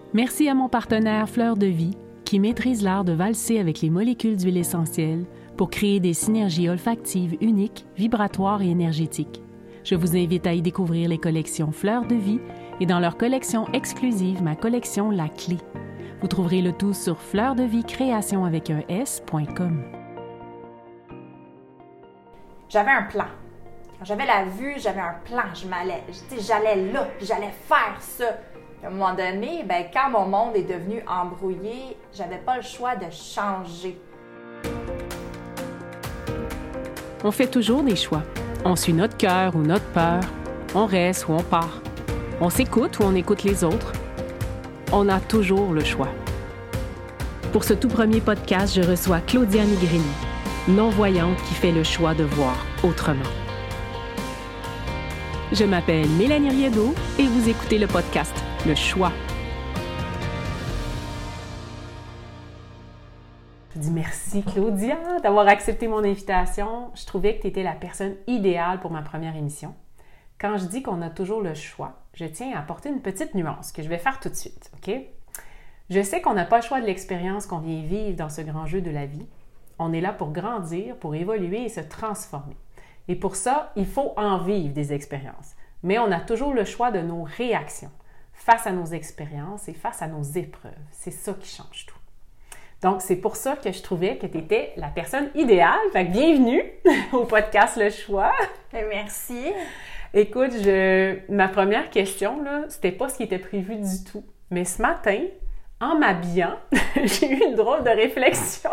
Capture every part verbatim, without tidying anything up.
Merci à mon partenaire Fleur de Vie qui maîtrise l'art de valser avec les molécules d'huile essentielle pour créer des synergies olfactives uniques, vibratoires et énergétiques. Je vous invite à y découvrir les collections Fleur de Vie et dans leur collection exclusive, ma collection La Clé. Vous trouverez le tout sur fleur de vie création avec un S point com. J'avais un plan. Quand j'avais la vue, j'avais un plan. Je m'allais, j'allais là, puis j'allais faire ça. Puis à un moment donné, ben, quand mon monde est devenu embrouillé, j'avais pas le choix de changer. On fait toujours des choix. On suit notre cœur ou notre peur. On reste ou on part. On s'écoute ou on écoute les autres. On a toujours le choix. Pour ce tout premier podcast, je reçois Claudia Nigrini, non-voyante qui fait le choix de voir autrement. Je m'appelle Mélanie Riedo et vous écoutez le podcast Le Choix. Je dis merci Claudia d'avoir accepté mon invitation. Je trouvais que tu étais la personne idéale pour ma première émission. Quand je dis qu'on a toujours le choix, je tiens à apporter une petite nuance que je vais faire tout de suite, OK? Je sais qu'on n'a pas le choix de l'expérience qu'on vient vivre dans ce grand jeu de la vie. On est là pour grandir, pour évoluer et se transformer. Et pour ça, il faut en vivre des expériences. Mais on a toujours le choix de nos réactions face à nos expériences et face à nos épreuves. C'est ça qui change tout. Donc, c'est pour ça que je trouvais que tu étais la personne idéale. Fait que bienvenue au podcast Le Choix. Merci. Écoute, je... ma première question, là, c'était pas ce qui était prévu du tout. Mais ce matin, en m'habillant, j'ai eu une drôle de réflexion.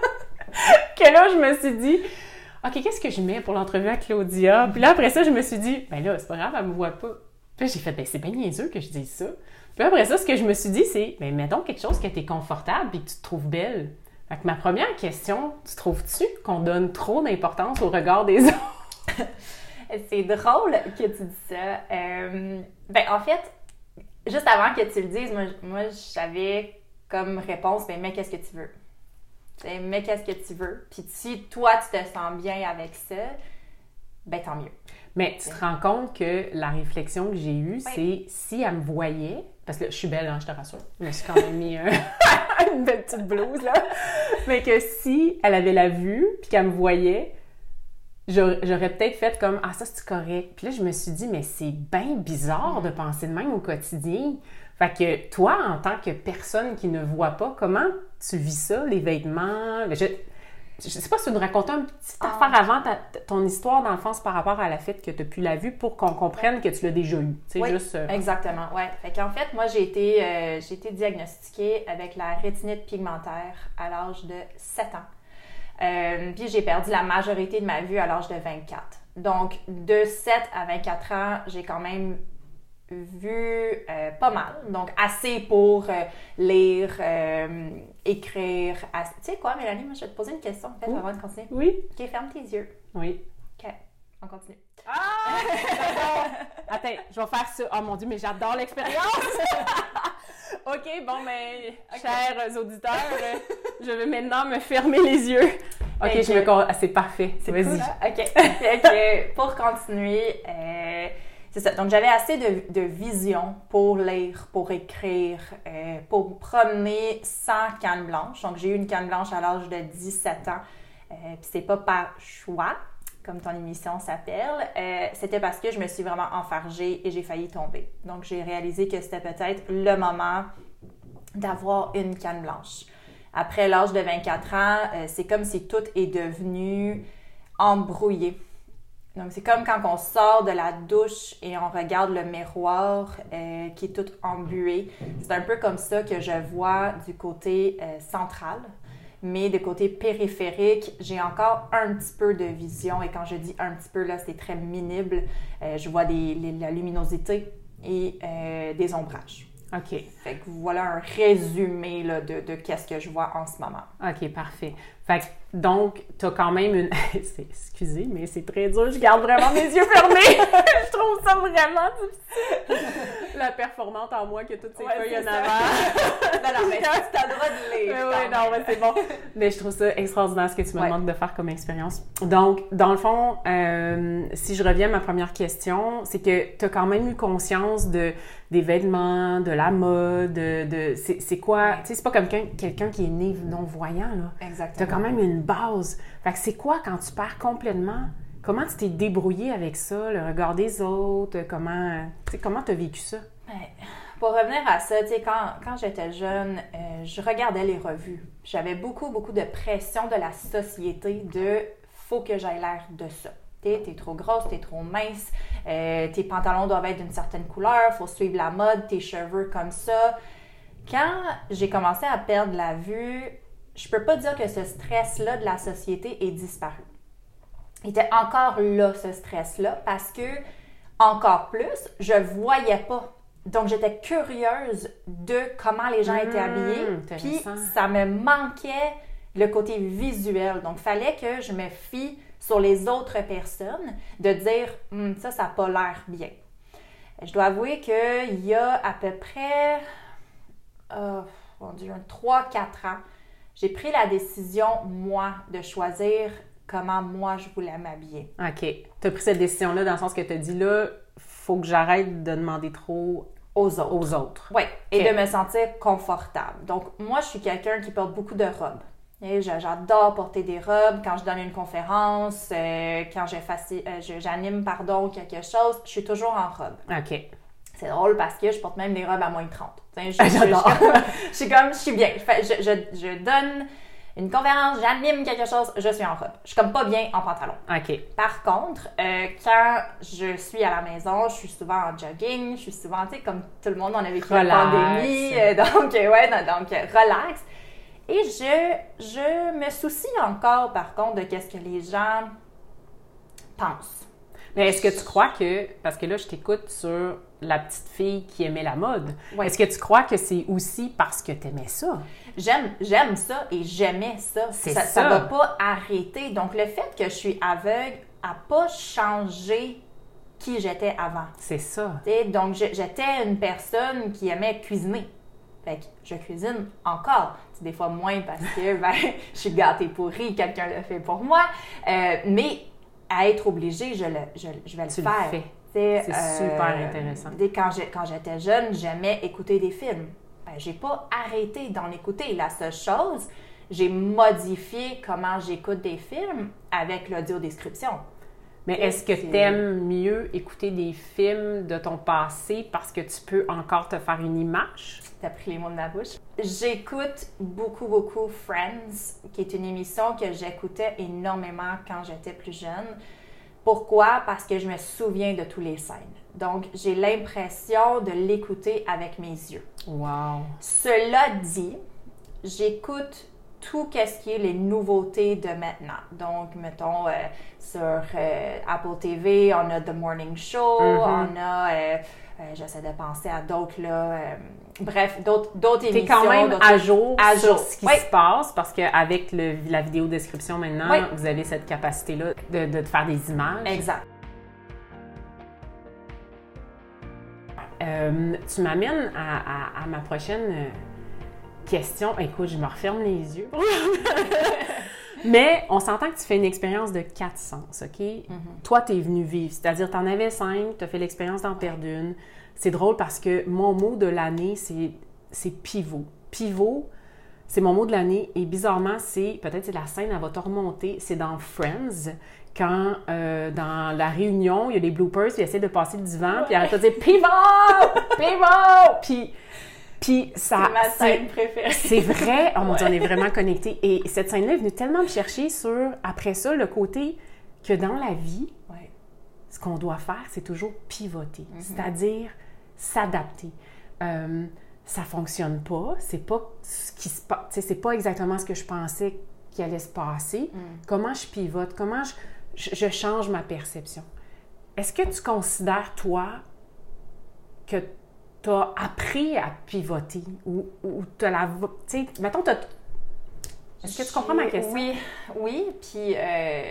Que là, je me suis dit, OK, qu'est-ce que je mets pour l'entrevue à Claudia? Puis là, après ça, je me suis dit, ben là, c'est pas grave, elle me voit pas. Puis là, j'ai fait, ben c'est bien niaiseux que je dise ça. Puis après ça, ce que je me suis dit, c'est, ben mettons quelque chose que t'es confortable et que tu te trouves belle. Fait que ma première question, tu trouves-tu qu'on donne trop d'importance au regard des autres? C'est drôle que tu dis ça. Euh, ben en fait, juste avant que tu le dises, moi, moi j'avais comme réponse, ben mais qu'est-ce que tu veux? T'sais, mais qu'est-ce que tu veux? Puis si toi, tu te sens bien avec ça, ben tant mieux. Mais tu te rends compte que la réflexion que j'ai eue, ouais. c'est si elle me voyait, parce que là, je suis belle, hein, je te rassure, je me suis quand même mis euh, une belle petite blouse, là, mais que si elle avait la vue, puis qu'elle me voyait, j'aurais, j'aurais peut-être fait comme « Ah, ça, c'est correct ». Puis là, je me suis dit « Mais c'est bien bizarre de penser de même au quotidien ». Fait que toi, en tant que personne qui ne voit pas, comment tu vis ça, les vêtements? Je ne sais pas si tu nous racontais une petite ah. affaire avant ta, ton histoire d'enfance par rapport à la fête que tu n'as plus la vue pour qu'on comprenne que tu l'as déjà eu. Oui, juste, euh... exactement. Ouais. Fait qu'en fait, moi, j'ai été, euh, j'ai été diagnostiquée avec la rétinite pigmentaire à l'âge de sept ans. Euh, puis j'ai perdu la majorité de ma vue à l'âge de vingt-quatre. Donc, de sept à vingt-quatre ans, j'ai quand même vu euh, pas mal, donc assez pour euh, lire, euh, écrire. Assez... Tu sais quoi, Mélanie, moi je vais te poser une question en fait oui. avant de continuer. Oui. Ok, ferme tes yeux. Oui. Ok, on continue. Ah! Attends, je vais faire ça. Oh mon Dieu, mais j'adore l'expérience! OK, bon, mais okay. Chers auditeurs, je vais maintenant me fermer les yeux. OK, okay. je me... ah, c'est parfait. C'est Vas-y. Cool, hein? OK. okay. Pour continuer, euh, c'est ça. Donc, j'avais assez de, de vision pour lire, pour écrire, euh, pour me promener sans canne blanche. Donc, j'ai eu une canne blanche à l'âge de dix-sept ans. Euh, Puis, c'est pas par choix, comme ton émission s'appelle. Euh, c'était parce que je me suis vraiment enfargée et j'ai failli tomber. Donc, j'ai réalisé que c'était peut-être le moment d'avoir une canne blanche. Après l'âge de vingt-quatre ans, euh, c'est comme si tout est devenu embrouillé. Donc, c'est comme quand on sort de la douche et on regarde le miroir euh, qui est tout embué. C'est un peu comme ça que je vois du côté euh, central. Mais de côté périphérique, j'ai encore un petit peu de vision. Et quand je dis un petit peu, là, c'est très minible. Euh, je vois des, les, la luminosité et euh, des ombrages. OK. Fait que voilà un résumé là, de, de qu'est-ce que je vois en ce moment. OK, parfait. Fait que Donc, tu as quand même une... Excusez, mais c'est très dur, je garde vraiment mes yeux fermés. Je trouve ça vraiment difficile. La performante en moi qui a toutes ses ouais, feuilles en ça. avant. Non, non, mais tu as le droit de lire. Oui, oui, non, mais c'est bon. Mais je trouve ça extraordinaire ce que tu me ouais. demandes de faire comme expérience. Donc, dans le fond, euh, si je reviens à ma première question, c'est que tu as quand même eu conscience de, des vêtements, de la mode, de... de c'est, c'est quoi... Ouais. Tu sais, c'est pas comme quelqu'un, quelqu'un qui est né non-voyant, là. Exactement. Tu as quand même une base. Fait que c'est quoi quand tu perds complètement? Comment tu t'es débrouillée avec ça, le regard des autres? Comment tu comment as vécu ça? Ouais. Pour revenir à ça, tu sais, quand, quand j'étais jeune, euh, je regardais les revues. J'avais beaucoup, beaucoup de pression de la société de « faut que j'aille l'air de ça ». T'es, t'es trop grosse, t'es trop mince, euh, tes pantalons doivent être d'une certaine couleur, faut suivre la mode, tes cheveux comme ça. Quand j'ai commencé à perdre la vue, je peux pas dire que ce stress-là de la société est disparu. Il était encore là, ce stress-là, parce que, encore plus, je voyais pas. Donc, j'étais curieuse de comment les gens mmh, étaient habillés, puis ça me manquait le côté visuel. Donc, il fallait que je me fie sur les autres personnes, de dire hm, « ça, ça n'a pas l'air bien ». Je dois avouer qu'il y a à peu près, oh, mon Dieu, trois quatre ans, j'ai pris la décision, moi, de choisir comment moi je voulais m'habiller. OK. Tu as pris cette décision-là dans le sens que tu as dit là, faut que j'arrête de demander trop aux autres. Aux autres. Oui, et okay. de me sentir confortable. Donc, moi, je suis quelqu'un qui porte beaucoup de robes. Et j'adore porter des robes. Quand je donne une conférence, euh, quand je faci- euh, je, j'anime pardon, quelque chose, je suis toujours en robe. OK. C'est drôle parce que je porte même des robes à moins de trente. Je, je, J'adore. Je, je suis comme, je suis bien. Je, je, je, je donne une conférence, j'anime quelque chose, je suis en robe. Je suis comme pas bien en pantalon. OK. Par contre, euh, quand je suis à la maison, je suis souvent en jogging, je suis souvent, tu sais, comme tout le monde, on a vécu la pandémie, euh, donc, euh, ouais, donc, euh, relax. Et je, je me soucie encore, par contre, de qu'est-ce que les gens pensent. Mais est-ce que tu crois que, parce que là, je t'écoute sur la petite fille qui aimait la mode, oui. Est-ce que tu crois que c'est aussi parce que tu aimais ça? J'aime, j'aime ça et j'aimais ça. C'est ça. Ça ne va pas arrêter. Donc, le fait que je suis aveugle n'a pas changé qui j'étais avant. C'est ça. T'sais, donc, je, j'étais une personne qui aimait cuisiner. Fait que je cuisine encore. C'est des fois moins parce que ben, je suis gâtée pourrie, quelqu'un le fait pour moi. Euh, mais à être obligée, je, le, je, je vais le tu faire. Le fais. C'est euh, super intéressant. Quand, je, quand j'étais jeune, j'aimais écouter des films. Ben, j'ai pas arrêté d'en écouter. La seule chose, j'ai modifié comment j'écoute des films avec l'audio-description. Mais est-ce que tu aimes mieux écouter des films de ton passé parce que tu peux encore te faire une image? T'as pris les mots de ma bouche. J'écoute beaucoup, beaucoup Friends, qui est une émission que j'écoutais énormément quand j'étais plus jeune. Pourquoi? Parce que je me souviens de tous les scènes. Donc, j'ai l'impression de l'écouter avec mes yeux. Wow! Cela dit, j'écoute tout ce qui est les nouveautés de maintenant. Donc, mettons, euh, sur euh, Apple T V, on a The Morning Show, mm-hmm. on a... Euh, euh, j'essaie de penser à d'autres, là... Euh, bref, d'autres, d'autres émissions. T'es quand même à jour à sur jour. ce qui oui. se passe, parce qu'avec le, la vidéo description maintenant, oui. vous avez cette capacité-là de, de faire des images. Exact. Euh, tu m'amènes à, à, à ma prochaine question. Écoute, je me referme les yeux. Mais on s'entend que tu fais une expérience de quatre sens, OK? Mm-hmm. Toi, tu es venu vivre. C'est-à-dire, tu en avais cinq, tu as fait l'expérience d'en perdre une. C'est drôle parce que mon mot de l'année, c'est, c'est pivot. Pivot, c'est mon mot de l'année. Et bizarrement, c'est, peut-être c'est la scène, elle va te remonter, c'est dans Friends, quand euh, dans la réunion, il y a les bloopers, puis ils essaient de passer le divan, ouais. Puis ils arrêtent de dire « Pivot! Pivot! » Puis... Puis ça, c'est ma scène préférée. C'est vrai, oh mon Dieu, on est vraiment connectés. Et cette scène-là est venue tellement me chercher sur, après ça, le côté que dans la vie, ouais. Ce qu'on doit faire, c'est toujours pivoter, mm-hmm. C'est-à-dire s'adapter. Euh, ça fonctionne pas, c'est pas ce qui se passe, c'est pas exactement ce que je pensais qu'il allait se passer. Mm. Comment je pivote, comment je, je, je change ma perception. Est-ce que tu considères, toi, que tu as appris à pivoter ou, ou tu as la... Tu sais, mettons, tu as... Est-ce que tu comprends ma question? Oui, oui. Puis, euh,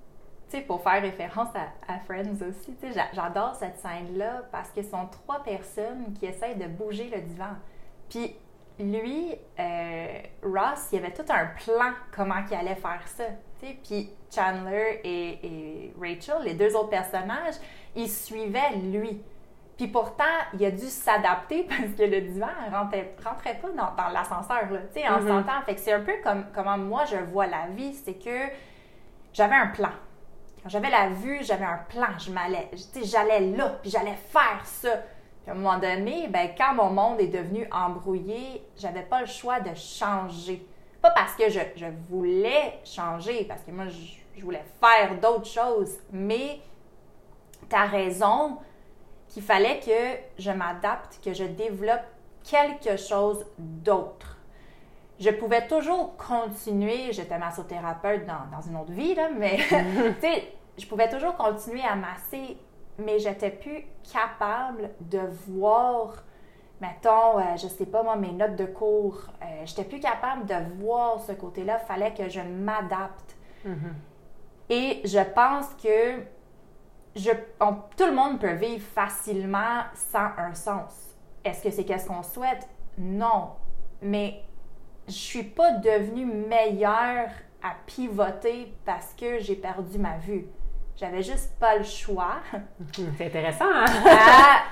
tu sais, pour faire référence à, à Friends aussi, tu sais, j'adore cette scène-là parce que ce sont trois personnes qui essayent de bouger le divan. Puis, lui, euh, Ross, il y avait tout un plan comment il allait faire ça. Tu sais, puis Chandler et, et Rachel, les deux autres personnages, ils suivaient lui. Puis pourtant, il a dû s'adapter parce que le divan ne rentrait, rentrait pas dans, dans l'ascenseur, là, tu sais, en Mm-hmm. s'entend. Fait que c'est un peu comme comment moi je vois la vie, c'est que j'avais un plan. Quand j'avais la vue, j'avais un plan. Je m'allais, tu sais, j'allais là, puis j'allais faire ça. Puis à un moment donné, ben, quand mon monde est devenu embrouillé, j'avais pas le choix de changer. Pas parce que je, je voulais changer, parce que moi, je, je voulais faire d'autres choses, mais t'as raison qu'il fallait que je m'adapte, que je développe quelque chose d'autre. Je pouvais toujours continuer, j'étais massothérapeute dans, dans une autre vie, là, mais tu sais, je pouvais toujours continuer à masser, mais j'étais plus capable de voir, mettons, euh, je sais pas moi, mes notes de cours. Euh, j'étais plus capable de voir ce côté-là. Il fallait que je m'adapte. Mm-hmm. Et je pense que je, on, tout le monde peut vivre facilement sans un sens. Est-ce que c'est qu'est-ce qu'on souhaite? Non. Mais je suis pas devenue meilleure à pivoter parce que j'ai perdu ma vue. J'avais juste pas le choix. C'est intéressant, hein? à,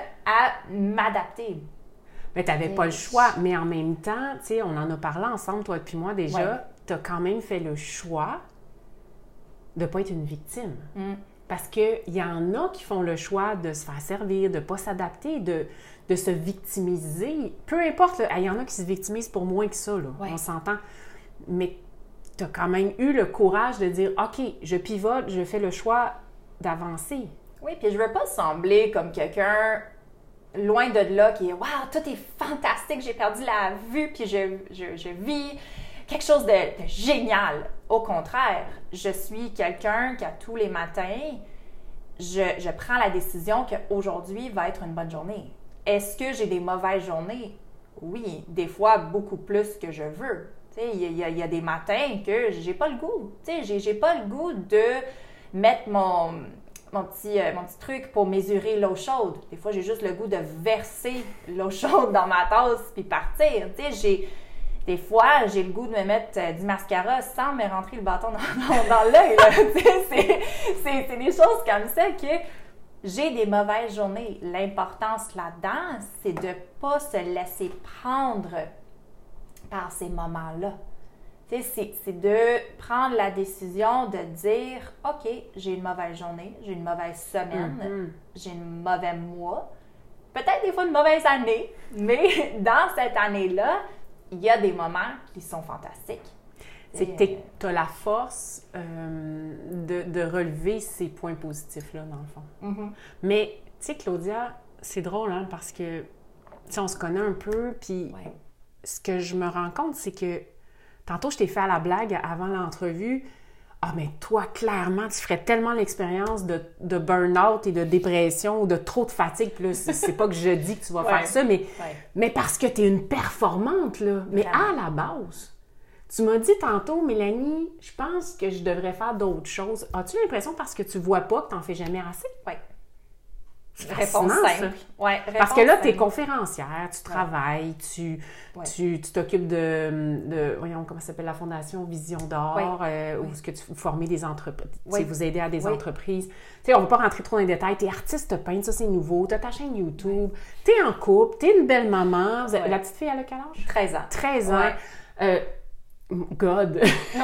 à m'adapter. Mais tu n'avais pas le choix. Mais en même temps, tu sais, on en a parlé ensemble, toi et moi déjà, ouais. tu as quand même fait le choix de ne pas être une victime. Mm. Parce qu'il y en a qui font le choix de se faire servir, de ne pas s'adapter, de, de se victimiser. Peu importe, il y en a qui se victimisent pour moins que ça, là, ouais. on s'entend. Mais tu as quand même eu le courage de dire « OK, je pivote, je fais le choix d'avancer. » Oui, puis je veux pas sembler comme quelqu'un loin de là qui est « Wow, tout est fantastique, j'ai perdu la vue, puis je, je, je vis quelque chose de, de génial. » Au contraire, je suis quelqu'un qui, à tous les matins, je, je prends la décision qu'aujourd'hui va être une bonne journée. Est-ce que j'ai des mauvaises journées? Oui, des fois beaucoup plus que je veux. Il y, y, y a des matins que j'ai pas le goût. J'ai, j'ai pas le goût de mettre mon, mon, petit, euh, mon petit truc pour mesurer l'eau chaude. Des fois, j'ai juste le goût de verser l'eau chaude dans ma tasse puis partir. J'ai, des fois, j'ai le goût de me mettre euh, du mascara sans me rentrer le bâton dans, dans, dans l'œil. C'est, c'est, c'est des choses comme ça que j'ai des mauvaises journées. L'importance là-dedans, c'est de pas se laisser prendre par ces moments-là. C'est, c'est de prendre la décision de dire « OK, j'ai une mauvaise journée, j'ai une mauvaise semaine, mm-hmm. j'ai un mauvais mois, peut-être des fois une mauvaise année, mais dans cette année-là, il y a des moments qui sont fantastiques. » C'est que tu as la force euh, de, de relever ces points positifs-là, dans le fond. Mm-hmm. Mais, tu sais, Claudia, c'est drôle, hein, parce que, tu sais, on se connaît un peu, puis ouais. Ce que je me rends compte, c'est que tantôt, je t'ai fait à la blague avant l'entrevue. Ah, mais toi, clairement, tu ferais tellement l'expérience de, de burn-out et de dépression ou de trop de fatigue. Puis là, c'est, c'est pas que je dis que tu vas ouais. faire ça, mais, ouais. mais parce que tu es une performante, là. Mais Vraiment. À la base, tu m'as dit tantôt, Mélanie, je pense que je devrais faire d'autres choses. As-tu l'impression parce que tu vois pas que tu n'en fais jamais assez? Oui. Réponse simple. Ouais, réponse Parce que là, tu es conférencière, tu travailles, ouais. tu, ouais. tu, tu t'occupes de, de, voyons, comment ça s'appelle, la Fondation Vision d'Or, ouais. euh, où ouais. est-ce que tu formez des entreprises, ouais. vous aidez à des ouais. entreprises. Tu sais, on ne va pas rentrer trop dans les détails. Tu es artiste peintre, ça c'est nouveau, tu as ta chaîne YouTube, ouais. tu es en couple, tu es une belle maman. Ouais. La petite fille, elle a quel âge? treize ans. treize ans. Ouais. Euh, God!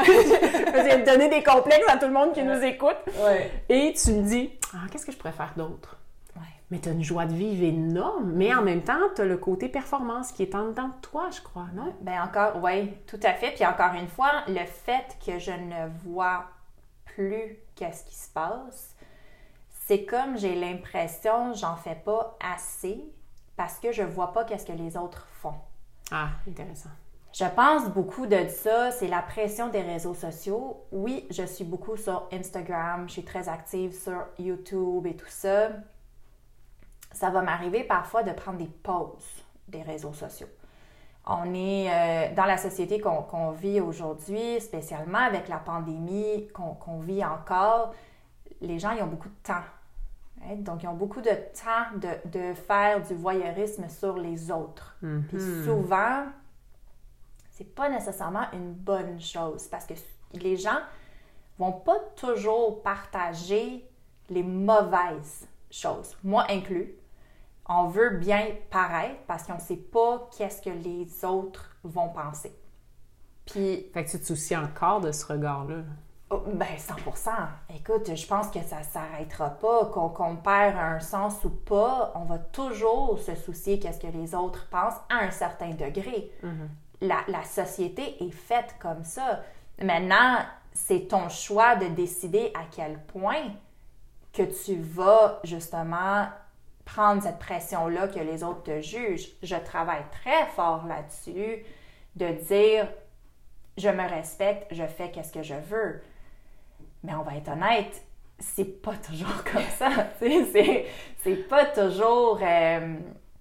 Je vais donner des complexes à tout le monde qui ouais. nous écoute. Ouais. Et tu me dis, ah, qu'est-ce que je pourrais faire d'autre? Mais tu as une joie de vivre énorme, mais en même temps, tu as le côté performance qui est en dedans de toi, je crois, non? Bien encore, oui, tout à fait. Puis encore une fois, le fait que je ne vois plus qu'est-ce qui se passe, c'est comme j'ai l'impression que j'en fais pas assez parce que je vois pas qu'est-ce que les autres font. Ah, intéressant. Je pense beaucoup de ça, c'est la pression des réseaux sociaux. Oui, je suis beaucoup sur Instagram, je suis très active sur YouTube et tout ça. Ça va m'arriver parfois de prendre des pauses des réseaux sociaux. On est euh, dans la société qu'on, qu'on vit aujourd'hui, spécialement avec la pandémie qu'on, qu'on vit encore, les gens ils ont beaucoup de temps. Hein? Donc, ils ont beaucoup de temps de, de faire du voyeurisme sur les autres. Mm-hmm. Puis souvent, c'est pas nécessairement une bonne chose parce que les gens vont pas toujours partager les mauvaises choses, moi inclus. On veut bien paraître parce qu'on ne sait pas qu'est-ce que les autres vont penser. Puis, fait que tu te soucies encore de ce regard-là. Oh, ben cent pour cent. Écoute, je pense que ça ne s'arrêtera pas, qu'on, qu'on perd un sens ou pas, on va toujours se soucier qu'est-ce que les autres pensent à un certain degré. Mm-hmm. La, la société est faite comme ça. Maintenant, c'est ton choix de décider à quel point que tu vas justement prendre cette pression-là que les autres te jugent. Je travaille très fort là-dessus de dire je me respecte, je fais qu'est-ce que je veux. Mais on va être honnête, c'est pas toujours comme ça. c'est, c'est pas toujours euh,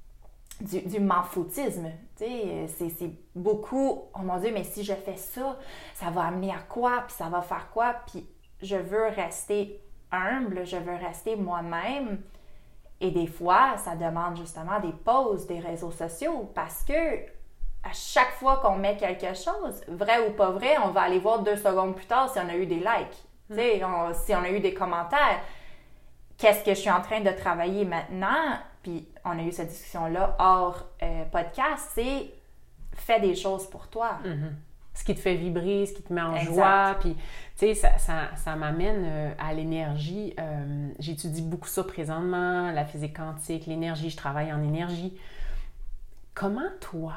du, du m'en-foutisme. C'est, c'est beaucoup, oh mon Dieu, mais si je fais ça, ça va amener à quoi? Puis ça va faire quoi? Puis je veux rester humble, je veux rester moi-même. Et des fois, ça demande justement des pauses des réseaux sociaux parce que à chaque fois qu'on met quelque chose, vrai ou pas vrai, on va aller voir deux secondes plus tard si on a eu des likes, mm. on, si on a eu des commentaires. Qu'est-ce que je suis en train de travailler maintenant? Puis on a eu cette discussion-là hors euh, podcast, c'est fais des choses pour toi. Mm-hmm. Ce qui te fait vibrer, ce qui te met en exact. Joie. Puis, tu sais, ça, ça, ça m'amène euh, à l'énergie. Euh, j'étudie beaucoup ça présentement, la physique quantique, l'énergie, je travaille en énergie. Comment toi,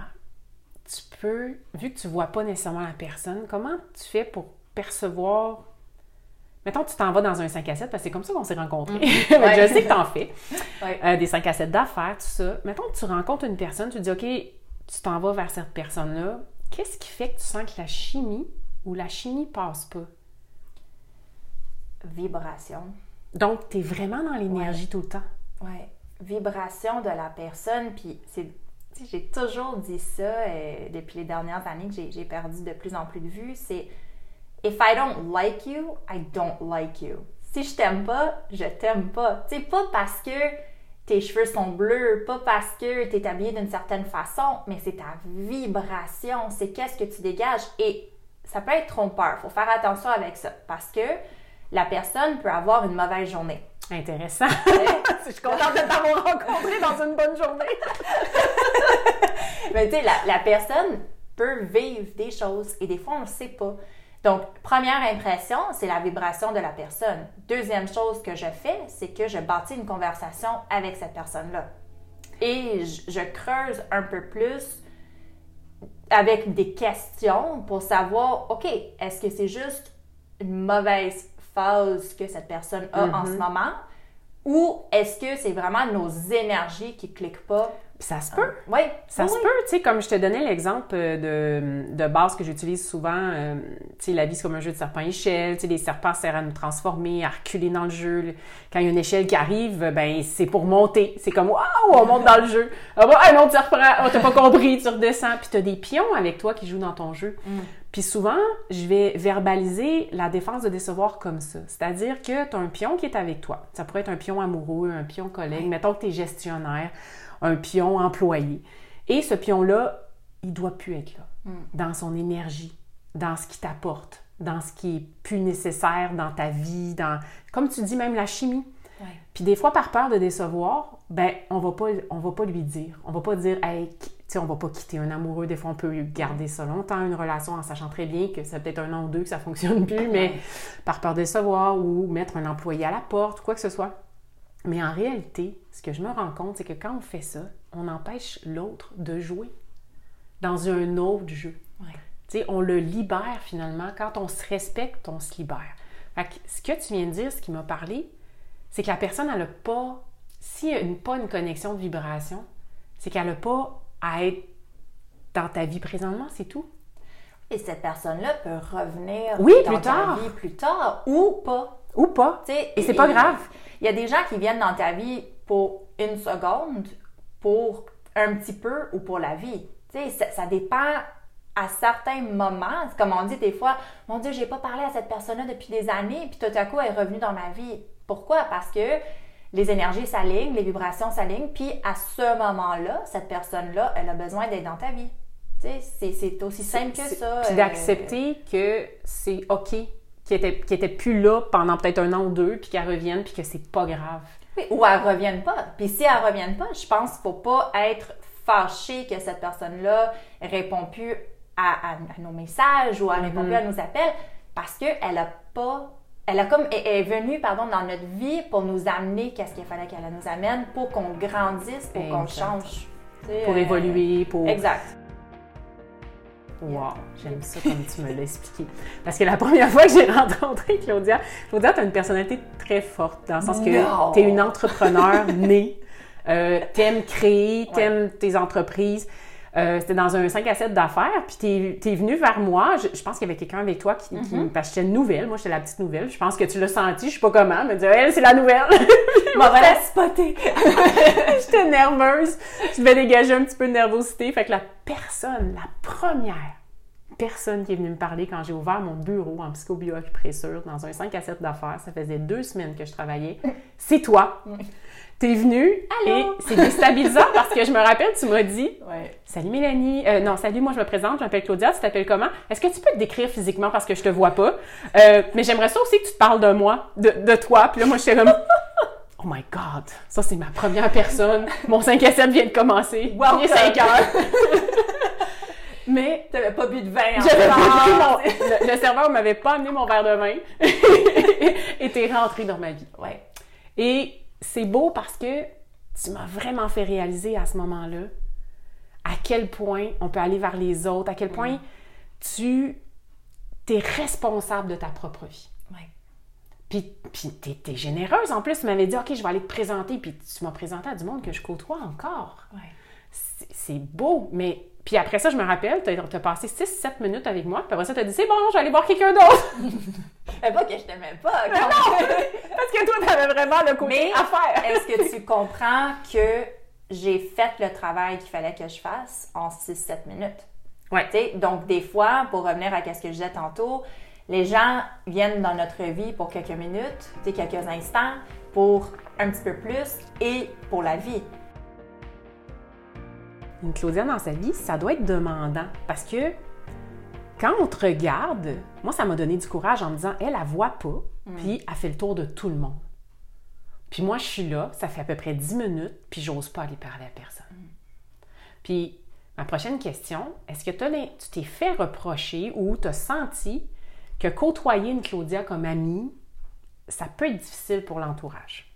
tu peux, vu que tu ne vois pas nécessairement la personne, comment tu fais pour percevoir... Mettons, tu t'en vas dans un cinq à sept, parce que c'est comme ça qu'on s'est rencontrés. Mmh. Ouais. Je sais que tu en fais. Ouais. Euh, des cinq à sept d'affaires, tout ça. Mettons que tu rencontres une personne, tu te dis, OK, tu t'en vas vers cette personne-là. Qu'est-ce qui fait que tu sens que la chimie ou la chimie passe pas? Vibration. Donc, tu es vraiment dans l'énergie ouais. tout le temps. Oui. Vibration de la personne, puis c'est... J'ai toujours dit ça euh, depuis les dernières années que j'ai, j'ai perdu de plus en plus de vues, c'est « If I don't like you, I don't like you ». Si je t'aime pas, je t'aime pas. Tu sais, pas parce que tes cheveux sont bleus, pas parce que tu es habillée d'une certaine façon, mais c'est ta vibration, c'est qu'est-ce que tu dégages. Et ça peut être trompeur, il faut faire attention avec ça, parce que la personne peut avoir une mauvaise journée. Intéressant. Je suis contente de t'avoir rencontré dans une bonne journée. Mais tu sais, la, la personne peut vivre des choses et des fois, on ne le sait pas. Donc, première impression, c'est la vibration de la personne. Deuxième chose que je fais, c'est que je bâtis une conversation avec cette personne-là. Et je, je creuse un peu plus avec des questions pour savoir, OK, est-ce que c'est juste une mauvaise phase que cette personne a mm-hmm. en ce moment ou est-ce que c'est vraiment nos énergies qui ne cliquent pas? Ça se peut. Euh, oui. Ça oui, se oui. peut. Tu sais, comme je te donnais l'exemple de, de base que j'utilise souvent, euh, tu sais, la vie, c'est comme un jeu de serpent-échelle. Tu sais, les serpents servent à nous transformer, à reculer dans le jeu. Quand il y a une échelle qui arrive, ben c'est pour monter. C'est comme, waouh, on monte dans le jeu. Ah bah, un autre serpent, oh, t'as pas compris, tu redescends. Puis t'as des pions avec toi qui jouent dans ton jeu. Mm. Puis souvent, je vais verbaliser la défense de décevoir comme ça. C'est-à-dire que tu as un pion qui est avec toi. Ça pourrait être un pion amoureux, un pion collègue. Ouais. Mettons que tu es gestionnaire, un pion employé. Et ce pion-là, il ne doit plus être là. Mm. Dans son énergie, dans ce qui t'apporte, dans ce qui est plus nécessaire dans ta vie, dans, comme tu dis, même la chimie. Ouais. Puis des fois, par peur de décevoir, ben on va pas, on va pas lui dire. On va pas dire, hey, tu sais, on va pas quitter un amoureux. Des fois, on peut garder ça longtemps, une relation, en sachant très bien que c'est peut-être un an ou deux que ça fonctionne plus, mais ouais. par peur de décevoir ou mettre un employé à la porte, quoi que ce soit. Mais en réalité, ce que je me rends compte, c'est que quand on fait ça, on empêche l'autre de jouer dans un autre jeu. Ouais. Tu sais, on le libère finalement. Quand on se respecte, on se libère. Fait que ce que tu viens de dire, ce qui m'a parlé, c'est que la personne, elle n'a pas... S'il n'y a une, pas une connexion de vibration, c'est qu'elle n'a pas à être dans ta vie présentement, c'est tout. Et cette personne-là peut revenir oui, dans plus ta tard. vie plus tard ou pas. Ou pas. T'sais, et c'est pas grave. Il y a des gens qui viennent dans ta vie pour une seconde, pour un petit peu ou pour la vie. Tu sais, ça, ça dépend à certains moments. Comme on dit des fois, mon Dieu, j'ai pas parlé à cette personne-là depuis des années, puis tout à coup, elle est revenue dans ma vie. Pourquoi? Parce que les énergies s'alignent, les vibrations s'alignent, puis à ce moment-là, cette personne-là, elle a besoin d'être dans ta vie. Tu sais, c'est, c'est aussi simple que ça. Puis d'accepter euh... que c'est OK, qu'il était, qu'il était plus là pendant peut-être un an ou deux, puis qu'elle revienne, puis que c'est pas grave. Oui, ou elle revienne pas. Puis si elle revienne pas, je pense qu'il faut pas être fâché que cette personne-là répond plus à, à, à nos messages ou elle répond mm-hmm. plus à nos appels, parce qu'elle a pas... Elle a comme elle est venue pardon, dans notre vie pour nous amener qu'est-ce qu'il fallait qu'elle nous amène, pour qu'on grandisse, pour exact. Qu'on change. Pour euh... évoluer, pour... Exact. Wow, j'aime ça comme tu me l'as expliqué. Parce que la première fois que j'ai rencontré Claudia, Claudia, tu as une personnalité très forte, dans le sens que tu es une entrepreneur née, euh, t'aimes créer, t'aimes ouais. tes entreprises. Euh, c'était dans un cinq à sept d'affaires, puis t'es, t'es venue vers moi. Je, je pense qu'il y avait quelqu'un avec toi qui, mm-hmm. qui me j'étais une nouvelle. Moi, j'étais la petite nouvelle. Je pense que tu l'as senti, je sais pas comment. Elle me dit, elle, c'est la nouvelle. M'en va la spotter. J'étais nerveuse. Je devais dégager un petit peu de nervosité. Fait que la personne, la première personne qui est venue me parler quand j'ai ouvert mon bureau en psychobioacupressure dans un cinq à sept d'affaires, ça faisait deux semaines que je travaillais, c'est toi. T'es venue Allô? Et c'est déstabilisant parce que je me rappelle, tu m'as dit ouais. « Salut Mélanie, euh, non, salut, moi je me présente, je m'appelle Claudia, tu t'appelles comment? Est-ce que tu peux te décrire physiquement parce que je te vois pas? Euh, mais j'aimerais ça aussi que tu te parles de moi, de, de toi. » Puis là, moi, j'étais comme « Oh my God, ça c'est ma première personne. Mon cinq à sept vient de commencer. Wow, il est cinq heures. » Mais t'avais pas bu de vin en j'avais pas bu mon... le, le serveur m'avait pas amené mon verre de vin et t'es rentrée dans ma vie. Ouais. Et c'est beau parce que tu m'as vraiment fait réaliser à ce moment-là à quel point on peut aller vers les autres, à quel point mmh. tu es responsable de ta propre vie. Ouais. Puis, puis t'es, t'es généreuse en plus. Tu m'avais dit « OK, je vais aller te présenter. » Puis tu m'as présenté à du monde que je côtoie encore. Ouais. C'est, c'est beau, mais... Puis après ça, je me rappelle, tu as passé six sept minutes avec moi, puis après ça, tu as dit « C'est bon, je vais aller voir quelqu'un d'autre! » Mais pas que je t'aimais pas! Mais non! Parce que toi, tu avais vraiment le côté à faire! Est-ce que tu comprends que j'ai fait le travail qu'il fallait que je fasse en six sept minutes? Oui. Donc, des fois, pour revenir à ce que je disais tantôt, les gens viennent dans notre vie pour quelques minutes, quelques instants, pour un petit peu plus et pour la vie. Une Claudia dans sa vie, ça doit être demandant parce que quand on te regarde, moi, ça m'a donné du courage en me disant, elle, elle voit pas, mm. puis elle fait le tour de tout le monde. Puis moi, je suis là, ça fait à peu près dix minutes, puis j'ose pas aller parler à personne. Mm. Puis ma prochaine question, est-ce que tu t'es fait reprocher ou tu as senti que côtoyer une Claudia comme amie, ça peut être difficile pour l'entourage?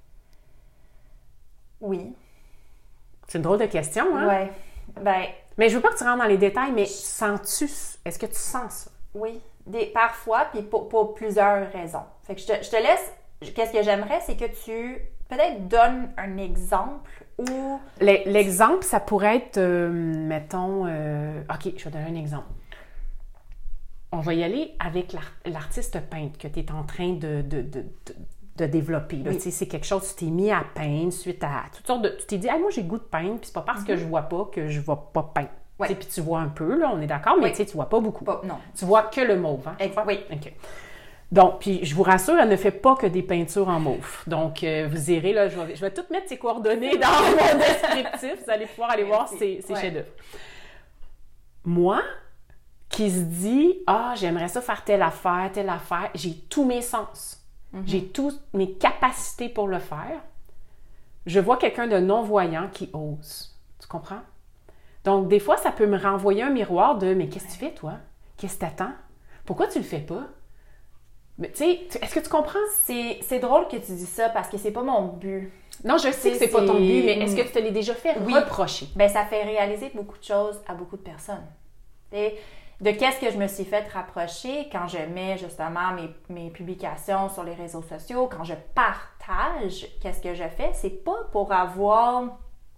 Oui. C'est une drôle de question, hein? Oui. Ben, mais je veux pas que tu rentres dans les détails, mais sens-tu... Est-ce que tu sens ça? Oui. Des, parfois, puis pour, pour plusieurs raisons. Fait que je te, je te laisse... Qu'est-ce que j'aimerais, c'est que tu peut-être donnes un exemple ou... L'exemple, ça pourrait être, euh, mettons... Euh, OK, je vais donner un exemple. On va y aller avec l'art, l'artiste peintre que tu es en train de... de, de, de de développer. Là. Oui. C'est quelque chose, tu t'es mis à peindre suite à toutes sortes de... Tu t'es dit, hey, moi, j'ai le goût de peindre, puis c'est pas parce mm-hmm. que je vois pas que je vais pas peindre. Ouais. Puis tu vois un peu, là, on est d'accord, mais oui. tu vois pas beaucoup. Pas, non. Tu vois que le mauve, hein? Exact. Oui. OK. Donc, puis je vous rassure, elle ne fait pas que des peintures en mauve. Donc, euh, vous irez, là, je vais, je vais tout mettre ses coordonnées dans mon descriptif. Vous allez pouvoir aller voir ses, ses ouais. chefs-d'œuvre. Moi, qui se dit, ah, j'aimerais ça faire telle affaire, telle affaire, j'ai tous mes sens. Mm-hmm. J'ai toutes mes capacités pour le faire. Je vois quelqu'un de non-voyant qui ose. Tu comprends? Donc, des fois, ça peut me renvoyer un miroir de « Mais qu'est-ce que tu fais, toi? Qu'est-ce que t'attends? Pourquoi tu le fais pas? » Mais tu sais, est-ce que tu comprends? C'est, c'est drôle que tu dis ça parce que c'est pas mon but. Non, je sais c'est, que c'est, c'est pas ton but, mais est-ce que tu te l'as déjà fait oui. reprocher? Bien, ça fait réaliser beaucoup de choses à beaucoup de personnes. Et de qu'est-ce que je me suis fait rapprocher quand je mets justement mes, mes publications sur les réseaux sociaux, quand je partage, qu'est-ce que je fais? C'est pas pour avoir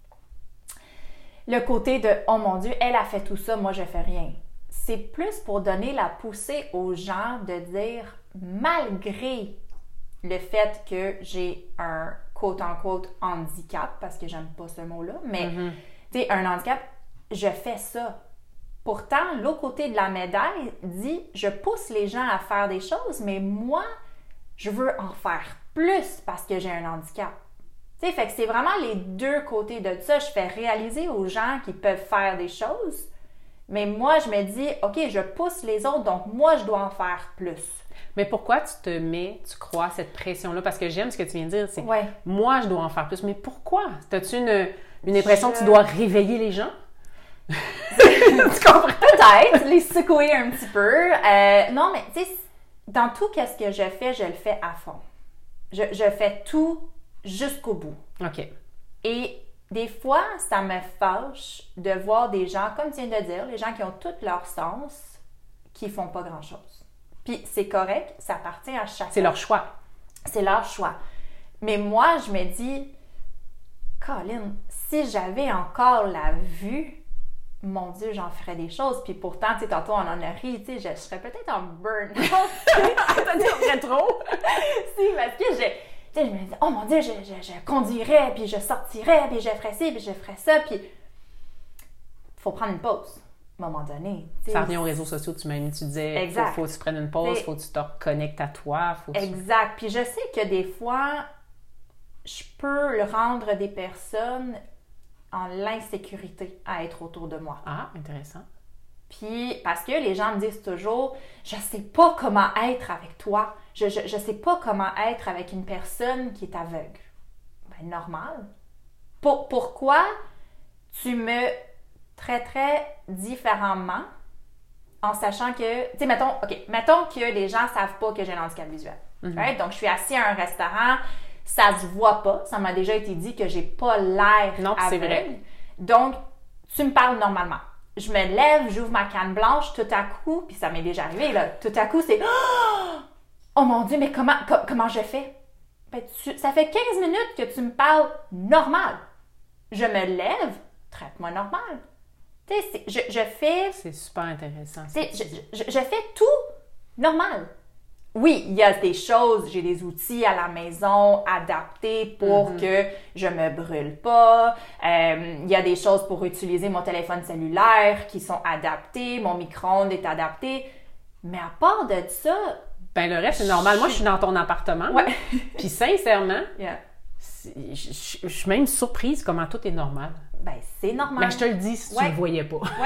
le côté de « Oh mon Dieu, elle a fait tout ça, moi je fais rien ». C'est plus pour donner la poussée aux gens de dire « Malgré le fait que j'ai un quote-unquote handicap », parce que j'aime pas ce mot-là, mais mm-hmm. tu sais, un handicap, je fais ça. Pourtant, l'autre côté de la médaille dit, je pousse les gens à faire des choses, mais moi, je veux en faire plus parce que j'ai un handicap. Tu sais, fait que c'est vraiment les deux côtés de ça. Je fais réaliser aux gens qu'ils peuvent faire des choses, mais moi, je me dis, OK, je pousse les autres, donc moi, je dois en faire plus. Mais pourquoi tu te mets, tu crois, cette pression-là? Parce que j'aime ce que tu viens de dire, c'est ouais. moi, je dois en faire plus. Mais pourquoi? As-tu une, une impression je... que tu dois réveiller les gens? Tu comprends? Peut-être, les secouer un petit peu. Euh, non, mais tu sais, dans tout ce que je fais, je le fais à fond. Je, je fais tout jusqu'au bout. OK. Et des fois, ça me fâche de voir des gens, comme tu viens de dire, les gens qui ont tout leur sens, qui font pas grand-chose. Puis c'est correct, ça appartient à chacun. C'est leur choix. C'est leur choix. Mais moi, je me dis, Colin, si j'avais encore la vue, mon Dieu, j'en ferais des choses. Puis pourtant, tu sais, tantôt, on en a ri, tu sais, je, je serais peut-être en burn-out. T'as dit trop? Si, parce que je, tu sais, je me dis, oh mon Dieu, je, je, je conduirais, puis je sortirais, puis je ferais ci, puis je ferais ça, puis il faut prendre une pause, à un moment donné. T'sais. Ça revient aux réseaux sociaux, tu m'as tu disais, il faut, faut que tu prennes une pause, il faut que tu te reconnectes à toi. Faut que exact. Tu... Puis je sais que des fois, je peux le rendre des personnes en l'insécurité à être autour de moi. Ah, intéressant. Puis, parce que les gens me disent toujours, je sais pas comment être avec toi. Je, je, je sais pas comment être avec une personne qui est aveugle. Ben, normal. Pour, pourquoi tu me traiterais différemment en sachant que, tu sais, mettons, OK, mettons que les gens savent pas que j'ai un handicap visuel. Mm-hmm. Right? Donc, je suis assis à un restaurant, ça se voit pas. Ça m'a déjà été dit que j'ai pas l'air non, aveugle. C'est vrai. Donc, tu me parles normalement. Je me lève, j'ouvre ma canne blanche, tout à coup, puis ça m'est déjà arrivé, là, tout à coup, c'est « Oh mon Dieu, mais comment, co- comment je fais? » Ben, tu, ça fait quinze minutes que tu me parles normal. Je me lève, traite-moi normal. Tu sais, je, je fais... C'est super intéressant. Tu sais, je, je, je fais tout normal. Oui, il y a des choses, j'ai des outils à la maison adaptés pour mm-hmm. que je me brûle pas. Euh, il y a des choses pour utiliser mon téléphone cellulaire qui sont adaptées. Mon micro-ondes est adapté. Mais à part de ça... Ben le reste, c'est normal. Moi, je suis dans ton appartement. Ouais. Puis sincèrement, yeah. je, je, je suis même surprise comment tout est normal. Ben, c'est normal. Ben, je te le dis si ouais. tu le voyais pas. Ouais.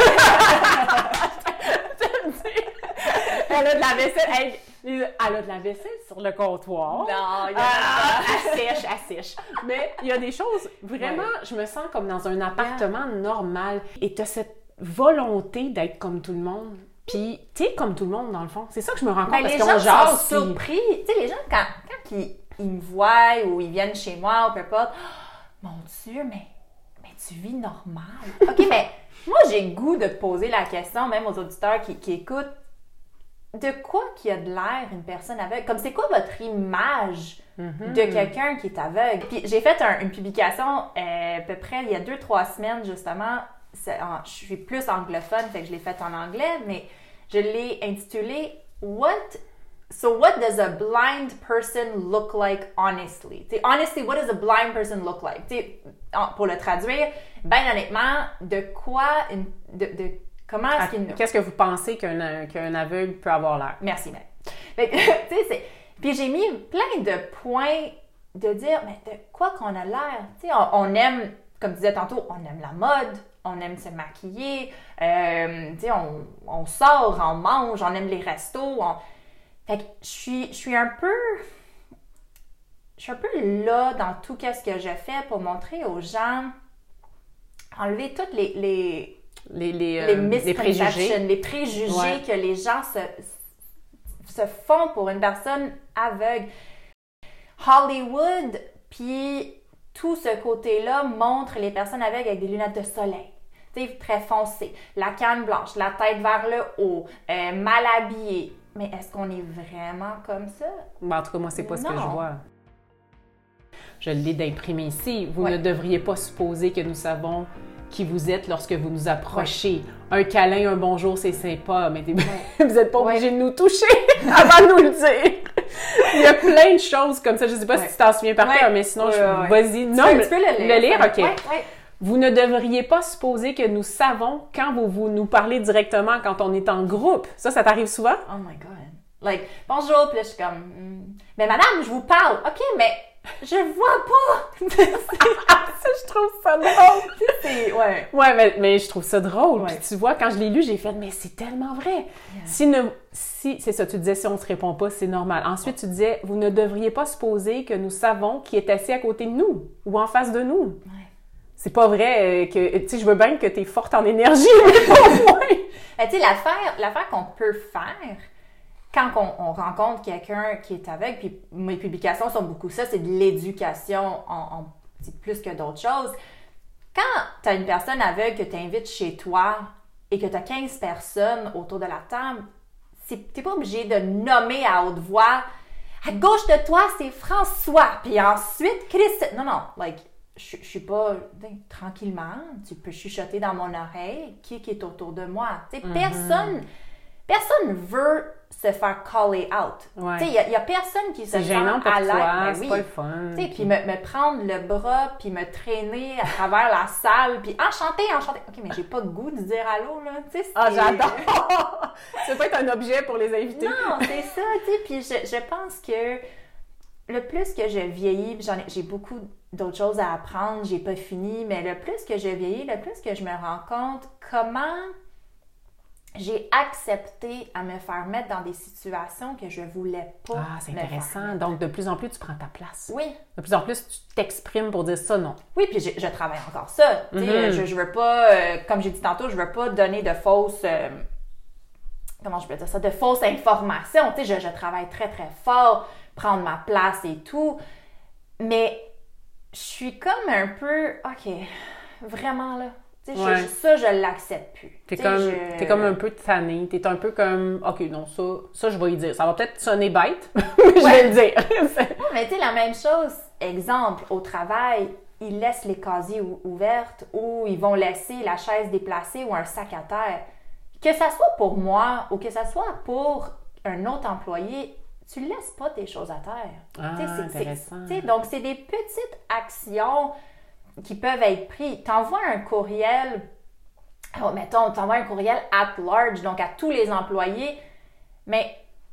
Je te le dis. Elle a de la vaisselle... Elle... Elle a de la vaisselle sur le comptoir. Non, il y a ah, elle sèche, elle sèche. Mais il y a des choses, vraiment, ouais. je me sens comme dans un appartement yeah. normal. Et tu as cette volonté d'être comme tout le monde. Puis, tu es comme tout le monde, dans le fond. C'est ça que je me rends compte, ben, parce les qu'on gens jase. sont surpris. Tu sais, les gens, quand, quand ils, ils me voient ou ils viennent chez moi ou peu importe, oh, mon Dieu, mais, mais tu vis normal. OK, mais moi, j'ai le goût de poser la question, même aux auditeurs qui, qui écoutent, de quoi qu'il y a de l'air une personne aveugle? Comme c'est quoi votre image mm-hmm. de quelqu'un qui est aveugle? Puis j'ai fait un, une publication euh, à peu près il y a deux, trois semaines justement. En, je suis plus anglophone, fait que je l'ai faite en anglais, mais je l'ai intitulée What So what does a blind person look like honestly? T'sais, honestly, what does a blind person look like? T'sais, pour le traduire, ben honnêtement, de quoi une, de, de comment est-ce qu'il... Qu'est-ce que vous pensez qu'un, qu'un aveugle peut avoir l'air? Merci, Meg. Fait que, tu sais, c'est... Puis j'ai mis plein de points de dire, mais de quoi qu'on a l'air? Tu sais, on, on aime, comme tu disais tantôt, on aime la mode, on aime se maquiller, euh, tu sais, on, on sort, on mange, on aime les restos. On... Fait que je suis, je suis un peu... Je suis un peu là dans tout ce que je fais pour montrer aux gens, enlever toutes les... les Les, les, euh, les les préjugés, les préjugés ouais. que les gens se, se font pour une personne aveugle. Hollywood, puis tout ce côté-là montre les personnes aveugles avec des lunettes de soleil, très foncées, la canne blanche, la tête vers le haut, euh, mal habillée. Mais est-ce qu'on est vraiment comme ça? Ben, en tout cas, moi, c'est pas non. ce que je vois. Je l'ai d'imprimé ici. Vous ouais. ne devriez pas supposer que nous savons qui vous êtes lorsque vous nous approchez. Ouais. Un câlin, un bonjour, c'est sympa, mais ouais. vous n'êtes pas obligé ouais. de nous toucher avant de nous le dire. Il y a plein de choses comme ça. Je ne sais pas ouais. si tu t'en souviens par cœur, ouais. mais sinon, ouais, je... ouais. vas-y. Tu Non, peux, mais... tu peux le lire. Le lire, OK. Ouais, ouais. Vous ne devriez pas supposer que nous savons quand vous, vous nous parlez directement quand on est en groupe. Ça, ça t'arrive souvent? Oh my God. Like, bonjour, puis là, je suis comme, mm, mais madame, je vous parle. OK, mais je vois pas. Ça, je trouve ça drôle. C'est, ouais. Ouais, mais, mais je trouve ça drôle. Ouais. Puis tu vois, quand je l'ai lu, j'ai fait, mais c'est tellement vrai. Yeah. Si ne, si, c'est ça, tu disais, si on se répond pas, c'est normal. Ensuite, tu disais, vous ne devriez pas supposer que nous savons qui est assis à côté de nous ou en face de nous. Ouais. C'est pas vrai euh, que, tu sais, je veux bien que t'es forte en énergie, mais pas moins. Ben, tu sais, l'affaire, l'affaire qu'on peut faire quand on, on rencontre quelqu'un qui est aveugle, puis mes publications sont beaucoup ça, c'est de l'éducation en, en c'est plus que d'autres choses. Quand tu as une personne aveugle que tu invites chez toi et que tu as quinze personnes autour de la table, tu n'es pas obligé de nommer à haute voix « À gauche de toi, c'est François! » Puis ensuite, Christ... Non, non, like, je, je suis pas... Tranquillement, tu peux chuchoter dans mon oreille qui, qui est autour de moi. Tu sais, mm-hmm. personne... Personne veut se faire caller out. Ouais. Tu sais, il y, y a personne qui se c'est sent gênant pour à l'aise. toi, Ben c'est oui. pas le fun. Tu sais, puis me, me prendre le bras, puis me traîner à travers la salle, puis enchanté, enchanté. OK, mais j'ai pas de goût de dire allô, là. Tu sais, c'est... Ah, j'adore! Ça peut être un objet pour les invités. Non, c'est ça, tu sais. Puis je, je pense que le plus que je vieillis, puis j'en ai, j'ai beaucoup d'autres choses à apprendre, j'ai pas fini, mais le plus que je vieillis, le plus que je me rends compte comment... j'ai accepté à me faire mettre dans des situations que je voulais pas. Ah, c'est me intéressant. faire Donc, de plus en plus, tu prends ta place. Oui. De plus en plus, tu t'exprimes pour dire ça, non. Oui, puis je, je travaille encore ça. Tu sais, Mm-hmm. je, je veux pas, euh, comme j'ai dit tantôt, je veux pas donner de fausses, euh, comment je peux dire ça, de fausses informations. Tu sais, je, je travaille très, très fort, prendre ma place et tout. Mais je suis comme un peu, OK, vraiment là. Ouais. Je, ça, je l'accepte plus. T'es T'sais, comme, je... t'es comme un peu tanné. T'es un peu comme, OK, non, ça, ça je vais y dire. Ça va peut-être sonner bête, mais je Ouais. vais le dire. Non, mais tu sais, la même chose, exemple, au travail, ils laissent les casiers ou- ouvertes ou ils vont laisser la chaise déplacée ou un sac à terre. Que ça soit pour moi ou que ça soit pour un autre employé, tu ne laisses pas tes choses à terre. Ah, Tu sais, c'est- c'est- intéressant. tu sais, donc, c'est des petites actions qui peuvent être prises. T'envoies un courriel, oh, mettons, t'envoies un courriel at large, donc à tous les employés, mais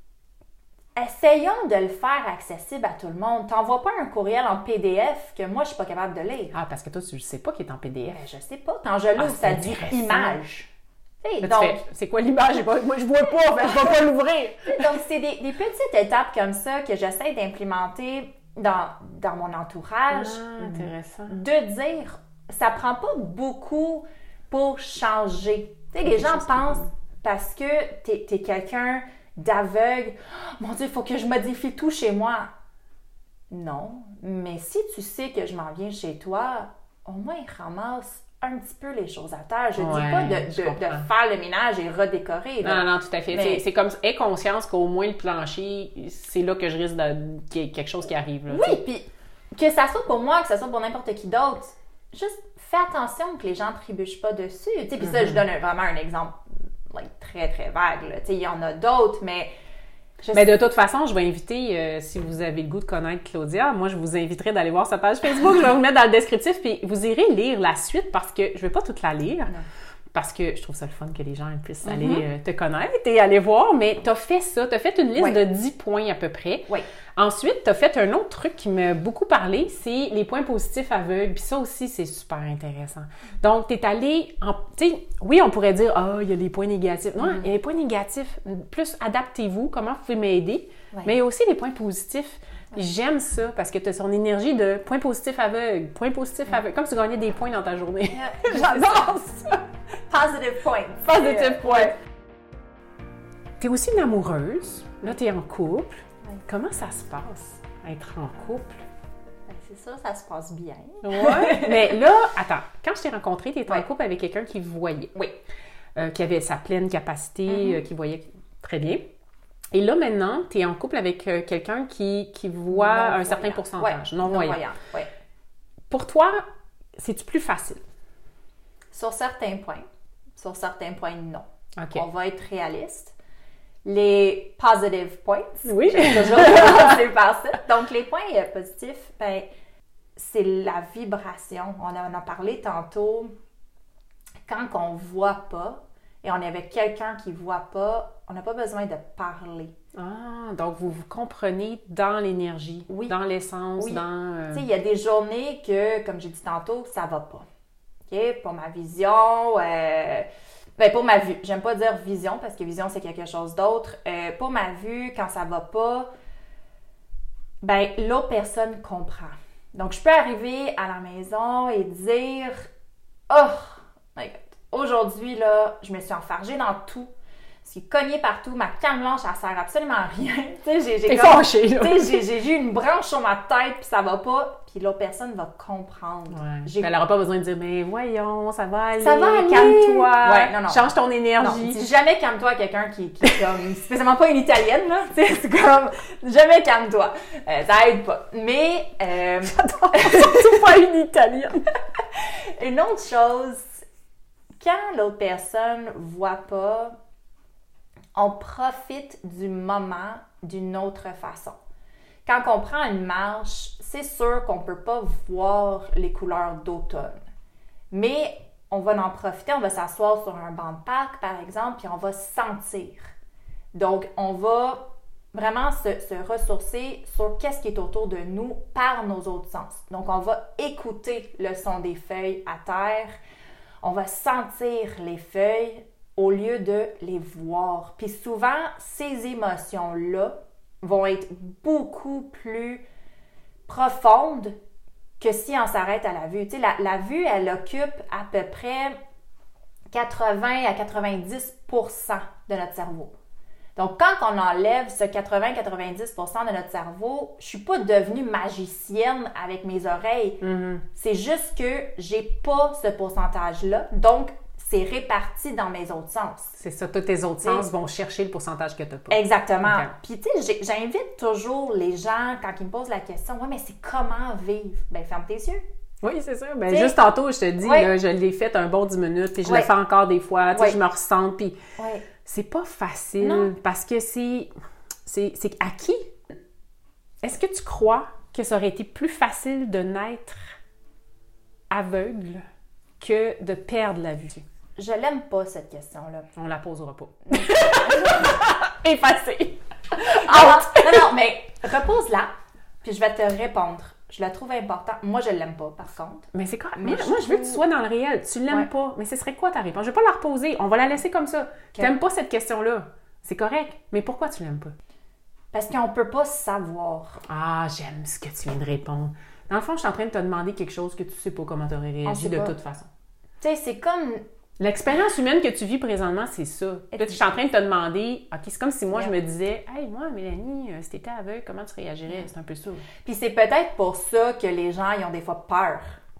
essayons de le faire accessible à tout le monde. T'envoies pas un courriel en P D F que moi, je suis pas capable de lire. Ah, parce que toi, tu ne sais pas qu'il est en P D F. Ben, je sais pas. Quand je l'ouvre, Ah, ça c'est dit intéressant. image. Tu sais, Là, tu donc, fais, c'est quoi l'image? J'ai pas- Moi, je vois pas, fait, je vais pas l'ouvrir. donc, c'est des, des petites étapes comme ça que j'essaie d'implémenter dans, dans mon entourage. Ah, intéressant. De dire, ça prend pas beaucoup pour changer. Tu sais, les Quelque gens chose qui pensent, peut. parce que t'es, t'es quelqu'un d'aveugle, oh, mon Dieu, il faut que je modifie tout chez moi. Non, mais si tu sais que je m'en viens chez toi, au moins ramasse un petit peu les choses à terre. Je Ouais, dis pas de, je de, de comprends. faire le ménage et redécorer. là. Non, non, tout à fait. Mais- C'est, c'est comme, aie conscience qu'au moins le plancher, c'est là que je risque de, qu'il y ait quelque chose qui arrive. Là, tu Oui, sais. puis que ça soit pour moi, que ça soit pour n'importe qui d'autre, juste fais attention que les gens ne trébuchent pas dessus. Tu sais, puis ça, je donne un- vraiment un exemple like, très, très vague. là. Tu sais, il y en a d'autres, mais... je Mais de toute façon, je vais inviter, euh, si vous avez le goût de connaître Claudia, moi, je vous inviterai d'aller voir sa page Facebook. Je vais vous mettre dans le descriptif, puis vous irez lire la suite parce que je vais pas toute la lire. Non. Parce que je trouve ça le fun que les gens puissent Mm-hmm. aller euh, te connaître et aller voir, mais tu as fait ça, tu as fait une liste Ouais. de dix points à peu près. Oui. Ensuite, tu as fait un autre truc qui m'a beaucoup parlé, c'est les points positifs aveugles. Puis ça aussi, c'est super intéressant. Donc, tu es allé en... Tu sais, oui, on pourrait dire, ah, il y a des points négatifs. Non, il y a des points négatifs. Plus adaptez-vous, comment vous pouvez m'aider. Ouais. Mais il y a aussi des points positifs. Puis j'aime ça parce que tu as son énergie de points positifs aveugles, points positifs aveugles. Comme tu gagnais des points dans ta journée. J'adore ça! Positive point. Positive point. Tu es aussi une amoureuse. Là, tu es en couple. Ouais. Comment ça se passe, être en couple? Ben, c'est ça, ça se passe bien. Ouais. Mais là, attends, quand je t'ai rencontré, tu étais en Ouais. couple avec quelqu'un qui voyait. Oui. Euh, qui avait sa pleine capacité, Mm-hmm. euh, qui voyait très bien. Et là, maintenant, tu es en couple avec euh, quelqu'un qui, qui voit un Non-voyant. certain pourcentage, Ouais. non-voyant. Non-voyant, oui. Pour toi, c'est-tu plus facile? Sur certains points. Sur certains points, non. OK. On va être réaliste. Les positive points. Oui. J'ai toujours commencé par ça. Donc, les points euh, positifs, ben, c'est la vibration. On en a parlé tantôt. Quand on ne voit pas et on est avec quelqu'un qui ne voit pas, on n'a pas besoin de parler. Ah, donc vous vous comprenez dans l'énergie, oui. dans l'essence, oui. dans... Euh... Tu sais, il y a des journées que, comme j'ai dit tantôt, ça va pas. OK? Pour ma vision, euh... ben pour ma vue. J'aime pas dire vision parce que vision, c'est quelque chose d'autre. Euh, pour ma vue, quand ça va pas, ben l'autre personne comprend. Donc, je peux arriver à la maison et dire « Oh, my God, aujourd'hui, là, je me suis enfargée dans tout. Je suis cognée partout. Ma canne blanche, elle sert absolument à rien. » Tu sais, j'ai, j'ai T'es comme... fâchée, là. Tu sais, j'ai, j'ai eu une branche sur ma tête, puis ça va pas. Puis l'autre personne va comprendre. Ouais. J'ai... Elle n'aura pas besoin de dire « Mais voyons, ça va aller, ça va aller. Calme-toi, ouais, non, non. change ton Non, énergie. » dis jamais calme-toi à quelqu'un qui, qui est comme... spécialement pas une Italienne, là. Tu sais, c'est comme... Jamais calme-toi. Euh, ça aide pas. Mais... Euh... J'adore, surtout pas une Italienne. Une autre chose, quand l'autre personne voit pas, on profite du moment d'une autre façon. Quand on prend une marche, c'est sûr qu'on ne peut pas voir les couleurs d'automne. Mais on va en profiter, on va s'asseoir sur un banc de parc, par exemple, puis on va sentir. Donc, on va vraiment se, se ressourcer sur qu'est-ce qui est autour de nous par nos autres sens. Donc, on va écouter le son des feuilles à terre, on va sentir les feuilles au lieu de les voir. Puis souvent, ces émotions-là vont être beaucoup plus profondes que si on s'arrête à la vue. Tu sais, la, la vue, elle occupe à peu près quatre-vingts à quatre-vingt-dix pour cent de notre cerveau. Donc, quand on enlève ce quatre-vingts à quatre-vingt-dix pour cent de notre cerveau, je suis pas devenue magicienne avec mes oreilles. Mm-hmm. C'est juste que j'ai pas ce pourcentage-là. Donc, c'est réparti dans mes autres sens. C'est ça, tous tes autres sens vont chercher le pourcentage que tu n'as pas. Exactement. Okay. Puis, tu sais, j'invite toujours les gens, quand ils me posent la question, « Ouais, mais c'est comment vivre? » Ben, ferme tes yeux. Oui, c'est ça. Ben, juste tantôt, je te dis, oui. là, je l'ai fait un bon dix minutes, puis je oui. le fais encore des fois, tu sais, oui. je me ressens, puis oui. c'est pas facile, non. parce que c'est, c'est, c'est à qui? Est-ce que tu crois que ça aurait été plus facile de naître aveugle que de perdre la vue? Je l'aime pas, cette question-là. On la posera pas. Effacée. Ah, non, non, mais repose-la, puis je vais te répondre. Je la trouve importante. Moi, je l'aime pas, par contre. Mais c'est quoi? Mais moi, je moi, trouve... je veux que tu sois dans le réel. Tu l'aimes ouais. pas. Mais ce serait quoi ta réponse? Je vais pas la reposer. On va la laisser comme ça. Okay. Tu n'aimes pas cette question-là. C'est correct. Mais pourquoi tu l'aimes pas? Parce qu'on peut pas savoir. Ah, j'aime ce que tu viens de répondre. Dans le fond, je suis en train de te demander quelque chose que tu sais pas comment tu aurais réagi de pas. toute façon. Tu sais, c'est comme... L'expérience humaine que tu vis présentement, c'est ça. Là, je suis en train de te demander, OK, c'est comme si moi, yeah. je me disais, « Hey, moi, Mélanie, si t'étais aveugle, comment tu réagirais? » C'est un peu ça. Puis c'est peut-être pour ça que les gens, ils ont des fois peur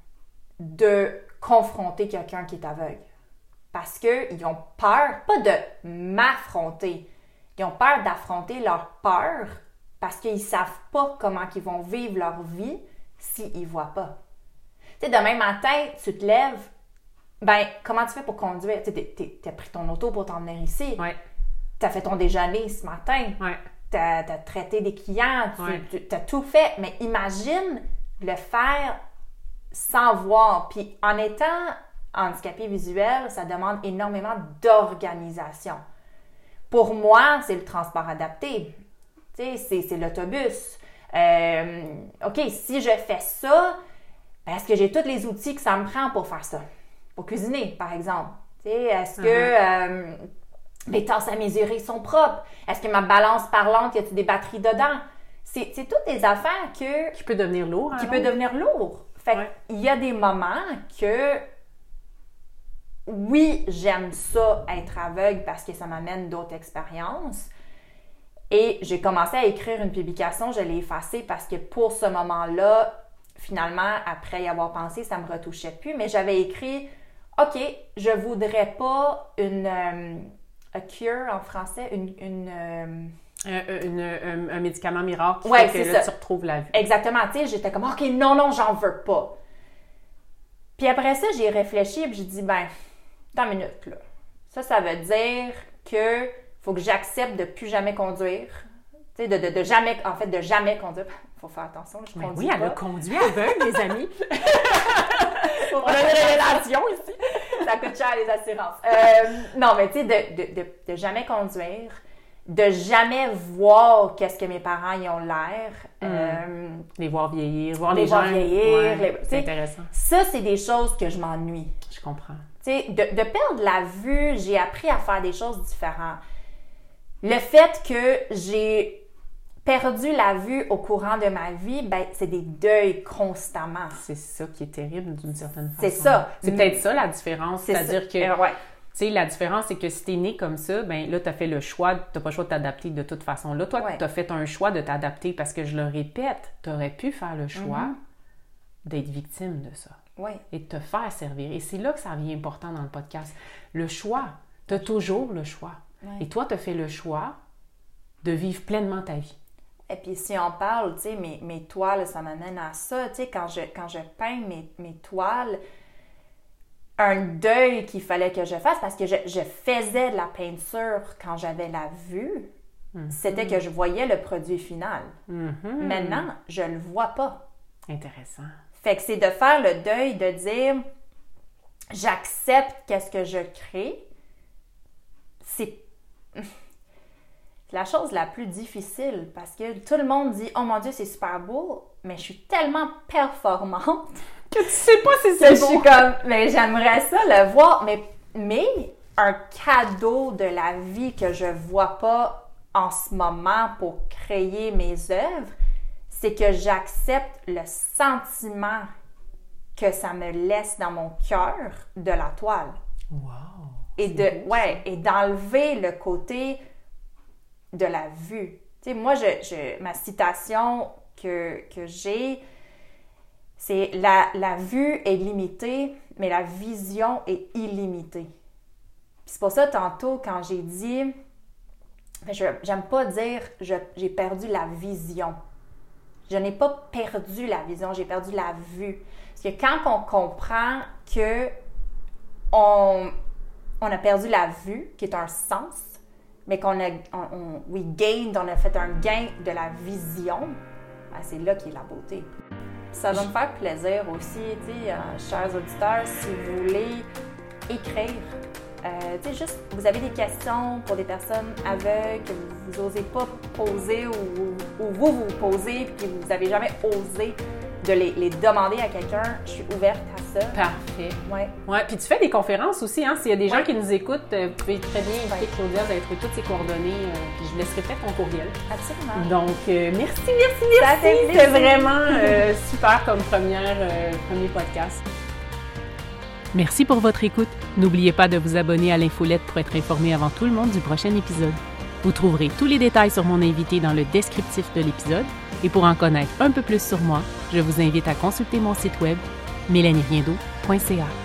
de confronter quelqu'un qui est aveugle. Parce qu'ils ont peur, pas de m'affronter, ils ont peur d'affronter leur peur parce qu'ils savent pas comment ils vont vivre leur vie s'ils ne voient pas. Tu sais, demain matin, tu te lèves, ben, comment tu fais pour conduire? Tu as pris ton auto pour t'en venir ici. Ouais. Tu as fait ton déjeuner ce matin. Ouais. Tu as traité des clients. Tu ouais. as tout fait. Mais imagine le faire sans voir. Puis en étant handicapé visuel, ça demande énormément d'organisation. Pour moi, c'est le transport adapté. Tu sais, c'est, c'est l'autobus. Euh, OK, si je fais ça, ben, est-ce que j'ai tous les outils que ça me prend pour faire ça? Pour cuisiner, par exemple. Tu sais, est-ce que uh-huh. euh, mes tasses à mesurer sont propres? Est-ce que ma balance parlante, y a-t-il des batteries dedans? C'est, c'est toutes des affaires que... Qui peut devenir lourd. Qui peut devenir lourd. Fait ouais. qu'il y a des moments que... Oui, j'aime ça, être aveugle, parce que ça m'amène d'autres expériences. Et j'ai commencé à écrire une publication, je l'ai effacée parce que pour ce moment-là, finalement, après y avoir pensé, ça me retouchait plus. Mais j'avais écrit... OK, je voudrais pas une euh, a cure en français, une... une, euh... euh, une un, un médicament miracle qui ouais, fait que là, tu retrouves la vue. Exactement, tu sais, j'étais comme, OK, non, non, j'en veux pas. Puis après ça, j'ai réfléchi et j'ai dit, ben, attends une minute, là. Ça, ça veut dire que faut que j'accepte de plus jamais conduire Tu sais, de, de, de jamais, en fait, de jamais conduire. Il faut faire attention, je Mais conduis oui, elle pas. a conduit aveugle, les amis. On a une révélation ici. Ça coûte cher, les assurances. Euh, non, mais tu sais, de, de, de, de jamais conduire, de jamais voir qu'est-ce que mes parents y ont l'air. Mm. Euh, les voir vieillir, voir les les, voir gens. vieillir. Ouais, les- c'est intéressant. Ça, c'est des choses que je m'ennuie. Je comprends. Tu sais, de, de perdre la vue, j'ai appris à faire des choses différentes. Le fait que j'ai perdu la vue au courant de ma vie, ben, c'est des deuils constamment. C'est ça qui est terrible d'une certaine façon. C'est ça. C'est peut-être ça la différence. C'est C'est-à-dire ça. que, Euh, ouais. tu sais, la différence, c'est que si t'es né comme ça, ben là, t'as fait le choix, t'as pas le choix de t'adapter de toute façon. Là, toi, Ouais. t'as fait un choix de t'adapter parce que, je le répète, t'aurais pu faire le choix Mm-hmm. d'être victime de ça Ouais. et de te faire servir. Et c'est là que ça devient important dans le podcast. Le choix. T'as toujours le choix. Ouais. Et toi, t'as fait le choix de vivre pleinement ta vie. Et puis si on parle, tu sais, mes, mes toiles, ça m'amène à ça. Tu sais, quand je, quand je peins mes, mes toiles, un deuil qu'il fallait que je fasse parce que je, je faisais de la peinture quand j'avais la vue, Mm-hmm. c'était que je voyais le produit final. Mhm. Maintenant, je le vois pas. Intéressant. Fait que c'est de faire le deuil, de dire j'accepte qu'est-ce que je crée. C'est la chose la plus difficile parce que tout le monde dit oh mon Dieu, c'est super beau, mais je suis tellement performante Que tu sais pas si que c'est je suis beau. comme mais j'aimerais ça le voir, mais, mais un cadeau de la vie que je vois pas en ce moment pour créer mes œuvres, c'est que j'accepte le sentiment que ça me laisse dans mon cœur de la toile. Wow. Et c'est de beau, ouais, et d'enlever le côté de la vue. Tu sais, moi, je, je, ma citation que, que j'ai, c'est la, la vue est limitée, mais la vision est illimitée. Puis c'est pour ça, tantôt, quand j'ai dit, je j'aime pas dire je, j'ai perdu la vision. Je n'ai pas perdu la vision, j'ai perdu la vue. Parce que quand on comprend que on, on a perdu la vue, qui est un sens, mais qu'on a, on, on, we gained, on a fait un gain de la vision, ben c'est là qu'est la beauté. Ça va me faire plaisir aussi, tu sais, euh, chers auditeurs, si vous voulez écrire, euh, tu sais, juste, vous avez des questions pour des personnes aveugles que vous n'osez pas poser ou, ou vous vous posez puis vous n'avez jamais osé de les, les demander à quelqu'un, je suis ouverte à ça. Parfait. Ouais. Ouais, puis tu fais des conférences aussi, hein? S'il y a des gens Ouais. qui nous écoutent, euh, vous pouvez très bien inviter Ouais. Claudia, vous allez trouver toutes ses coordonnées, euh, puis je laisserai peut-être ton courriel. Absolument. Donc, euh, merci, merci, merci! Ça fait C'était plaisir. vraiment euh, super comme première, euh, premier podcast. Merci pour votre écoute. N'oubliez pas de vous abonner à l'infolette pour être informé avant tout le monde du prochain épisode. Vous trouverez tous les détails sur mon invité dans le descriptif de l'épisode. Et pour en connaître un peu plus sur moi, je vous invite à consulter mon site web mélanie riendo point c a.